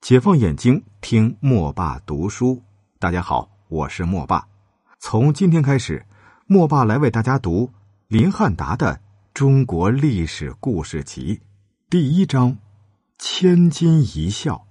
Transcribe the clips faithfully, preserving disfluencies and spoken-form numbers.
解放眼睛，听莫爸读书。大家好，我是莫爸。从今天开始，莫爸来为大家读林汉达的《中国历史故事集》第一章：千金一笑。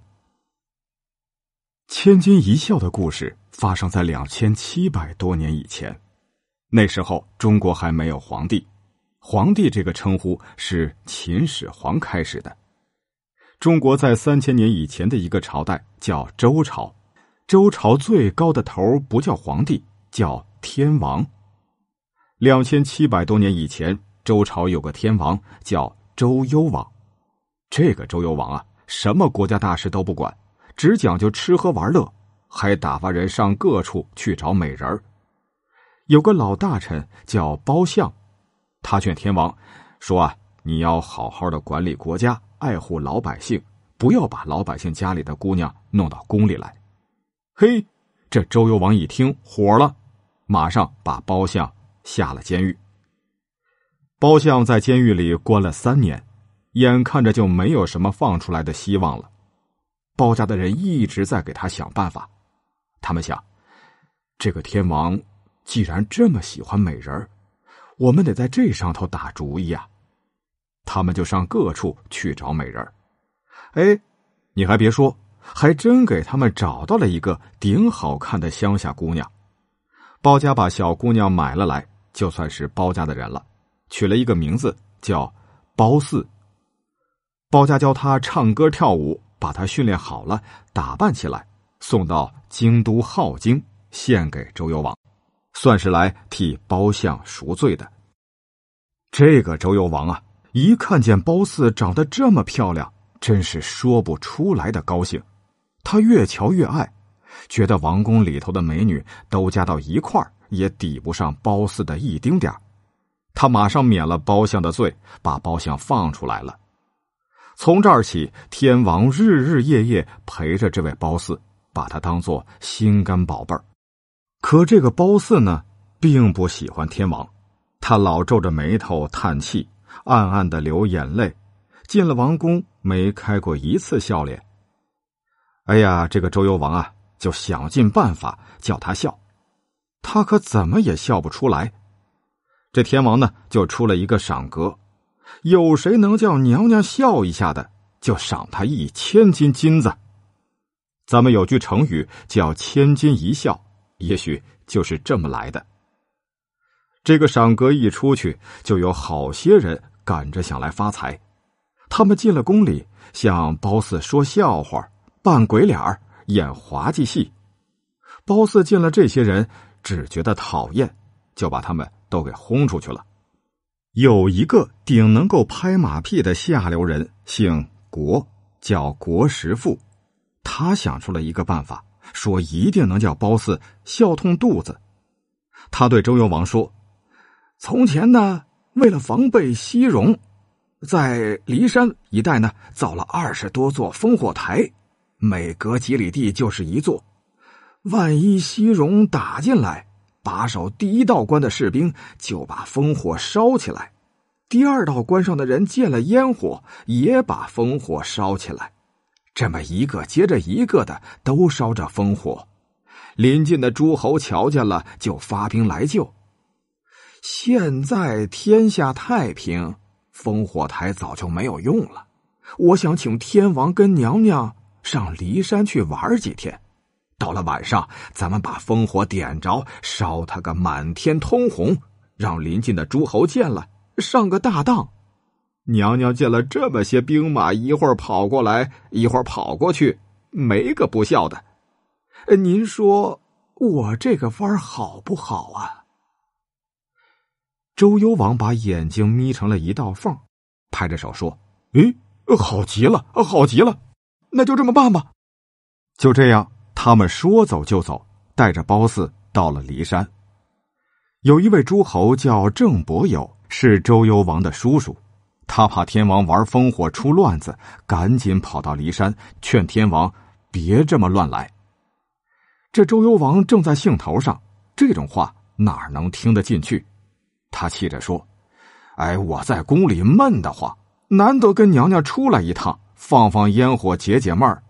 千金一笑的故事发生在两千七百多年以前。那时候中国还没有皇帝，皇帝这个称呼是秦始皇开始的。中国在三千年以前的一个朝代叫周朝，周朝最高的头不叫皇帝，叫天王。两千七百多年以前，周朝有个天王叫周幽王。这个周幽王啊，什么国家大事都不管，只讲究吃喝玩乐，还打发人上各处去找美人儿。有个老大臣叫包相，他劝天王说啊，你要好好的管理国家，爱护老百姓，不要把老百姓家里的姑娘弄到宫里来。嘿，这周幽王一听火了，马上把包相下了监狱。包相在监狱里关了三年，眼看着就没有什么放出来的希望了。包家的人一直在给他想办法，他们想，这个天王既然这么喜欢美人，我们得在这上头打主意啊。他们就上各处去找美人。哎，你还别说，还真给他们找到了一个顶好看的乡下姑娘。包家把小姑娘买了来，就算是包家的人了，取了一个名字叫包四。包家教她唱歌跳舞，把她训练好了，打扮起来，送到京都镐京，献给周幽王，算是来替包相赎罪的。这个周幽王啊，一看见包四长得这么漂亮，真是说不出来的高兴。他越瞧越爱，觉得王宫里头的美女都加到一块儿，也抵不上包四的一丁点儿。他马上免了包相的罪，把包相放出来了。从这儿起，天王日日夜夜陪着这位包四，把他当作心肝宝贝儿。可这个包四呢，并不喜欢天王，他老皱着眉头叹气，暗暗的流眼泪，进了王宫没开过一次笑脸。哎呀，这个周幽王啊，就想尽办法叫他笑，他可怎么也笑不出来。这天王呢，就出了一个赏格，有谁能叫娘娘笑一下的，就赏他一千斤金子。咱们有句成语叫千金一笑，也许就是这么来的。这个赏格一出去，就有好些人赶着想来发财。他们进了宫里，向包四说笑话，扮鬼脸儿，演滑稽戏。包四见了这些人，只觉得讨厌，就把他们都给轰出去了。有一个顶能够拍马屁的下流人，姓国，叫国实父。他想出了一个办法，说一定能叫包四笑痛肚子。他对周幽王说，从前呢，为了防备西戎，在骊山一带呢，造了二十多座烽火台，每隔几里地就是一座。万一西戎打进来，把守第一道关的士兵就把烽火烧起来，第二道关上的人见了烟火，也把烽火烧起来，这么一个接着一个的都烧着烽火。临近的诸侯瞧见了，就发兵来救。现在天下太平，烽火台早就没有用了。我想请天王跟娘娘上骊山去玩几天，到了晚上，咱们把烽火点着，烧它个满天通红，让临近的诸侯见了，上个大当。娘娘见了这么些兵马，一会儿跑过来，一会儿跑过去，没个不笑的。您说我这个法儿好不好啊？周幽王把眼睛眯成了一道缝，拍着手说，诶，好极了，好极了，那就这么办吧。就这样，他们说走就走，带着包四到了骊山。有一位诸侯叫郑伯友，是周幽王的叔叔，他怕天王玩烽火出乱子，赶紧跑到骊山，劝天王别这么乱来。这周幽王正在兴头上，这种话哪能听得进去？他气着说，哎，我在宫里闷得慌，难得跟娘娘出来一趟，放放烟火解解闷儿，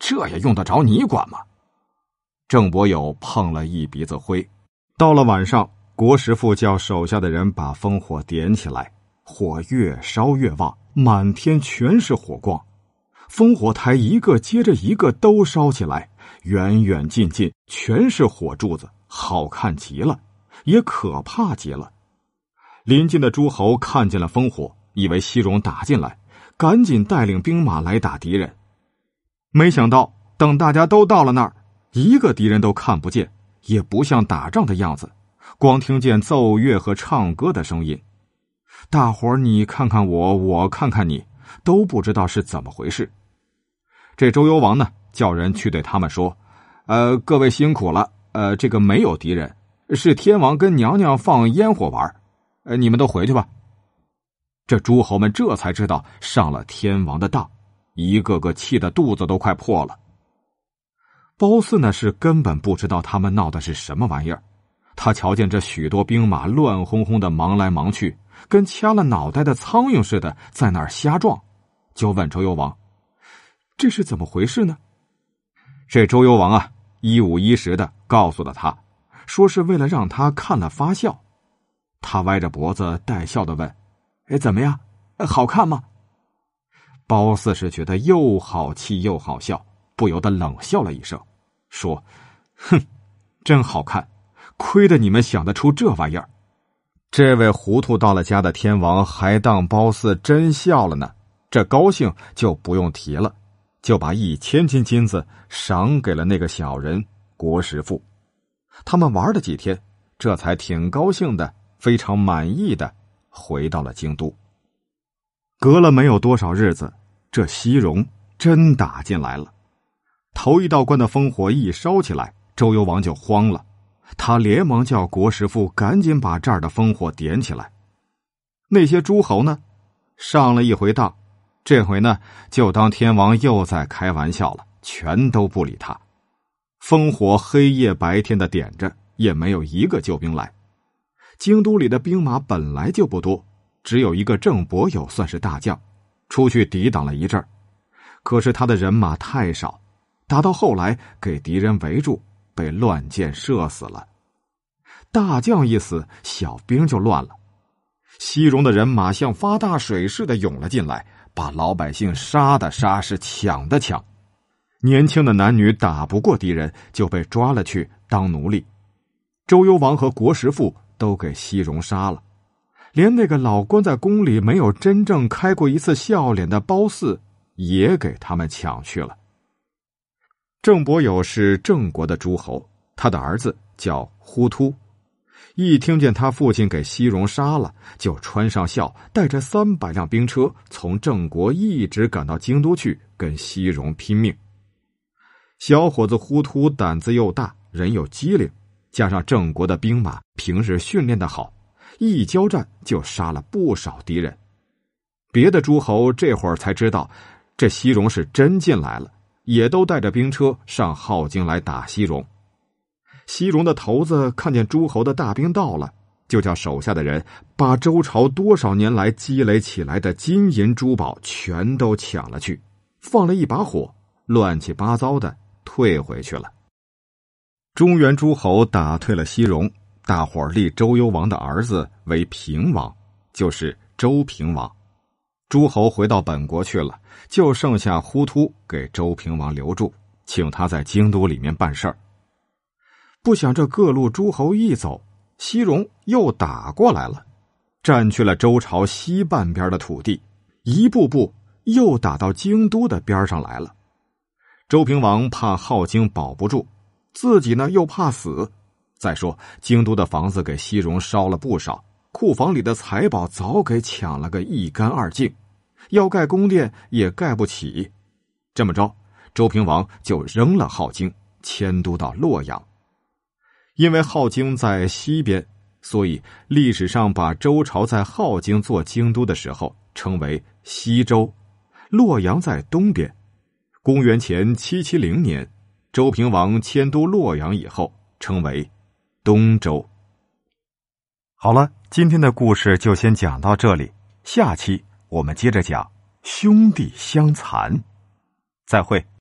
这也用得着你管吗？郑伯友碰了一鼻子灰。到了晚上，国师傅叫手下的人把烽火点起来，火越烧越旺，满天全是火光，烽火台一个接着一个都烧起来，远远近近全是火柱子，好看极了，也可怕极了。临近的诸侯看见了烽火，以为西戎打进来，赶紧带领兵马来打敌人。没想到等大家都到了那儿，一个敌人都看不见，也不像打仗的样子，光听见奏乐和唱歌的声音。大伙儿你看看我，我看看你，都不知道是怎么回事。这周幽王呢，叫人去对他们说：呃，各位辛苦了，呃，这个没有敌人，是天王跟娘娘放烟火玩，呃，你们都回去吧。这诸侯们这才知道上了天王的当，一个个气得肚子都快破了。褒姒呢是根本不知道他们闹的是什么玩意儿，他瞧见这许多兵马乱哄哄的忙来忙去，跟掐了脑袋的苍蝇似的在那儿瞎撞，就问周幽王：这是怎么回事呢？这周幽王啊，一五一十的告诉了他，说是为了让他看了发笑。他歪着脖子带笑的问：哎，怎么样？好看吗？褒姒是觉得又好气又好笑，不由得冷笑了一声，说：哼，真好看，亏得你们想得出这玩意儿。这位糊涂到了家的天王还当褒姒真笑了呢，这高兴就不用提了，就把一千斤金子赏给了那个小人国师傅。他们玩了几天，这才挺高兴的，非常满意的回到了京都。隔了没有多少日子，这西戎真打进来了。头一道关的烽火一烧起来，周幽王就慌了，他连忙叫国师傅赶紧把这儿的烽火点起来。那些诸侯呢，上了一回当，这回呢就当天王又在开玩笑了，全都不理他。烽火黑夜白天的点着，也没有一个救兵来。京都里的兵马本来就不多，只有一个郑伯友算是大将，出去抵挡了一阵儿，可是他的人马太少，打到后来给敌人围住，被乱箭射死了。大将一死，小兵就乱了。西戎的人马像发大水似的涌了进来，把老百姓杀的杀，是抢的抢。年轻的男女打不过敌人，就被抓了去当奴隶。周幽王和国师傅都给西戎杀了，连那个老关在宫里没有真正开过一次笑脸的褒姒也给他们抢去了。郑伯友是郑国的诸侯，他的儿子叫呼突，一听见他父亲给西戎杀了，就穿上孝，带着三百辆兵车从郑国一直赶到京都去跟西戎拼命。小伙子呼突胆子又大，人又机灵，加上郑国的兵马平日训练的好，一交战就杀了不少敌人。别的诸侯这会儿才知道这西戎是真进来了，也都带着兵车上镐京来打西戎。西戎的头子看见诸侯的大兵到了，就叫手下的人把周朝多少年来积累起来的金银珠宝全都抢了去，放了一把火，乱七八糟的退回去了。中原诸侯打退了西戎，大伙儿立周幽王的儿子为平王，就是周平王。诸侯回到本国去了，就剩下呼突给周平王留住，请他在京都里面办事儿。不想这各路诸侯一走，西戎又打过来了，占去了周朝西半边的土地，一步步又打到京都的边上来了。周平王怕镐京保不住，自己呢又怕死，再说京都的房子给西戎烧了不少，库房里的财宝早给抢了个一干二净，要盖宫殿也盖不起。这么着，周平王就扔了镐京，迁都到洛阳。因为镐京在西边，所以历史上把周朝在镐京做京都的时候称为西周，洛阳在东边。公元前七七零年，周平王迁都洛阳以后，称为东周。好了，今天的故事就先讲到这里，下期我们接着讲兄弟相残。再会。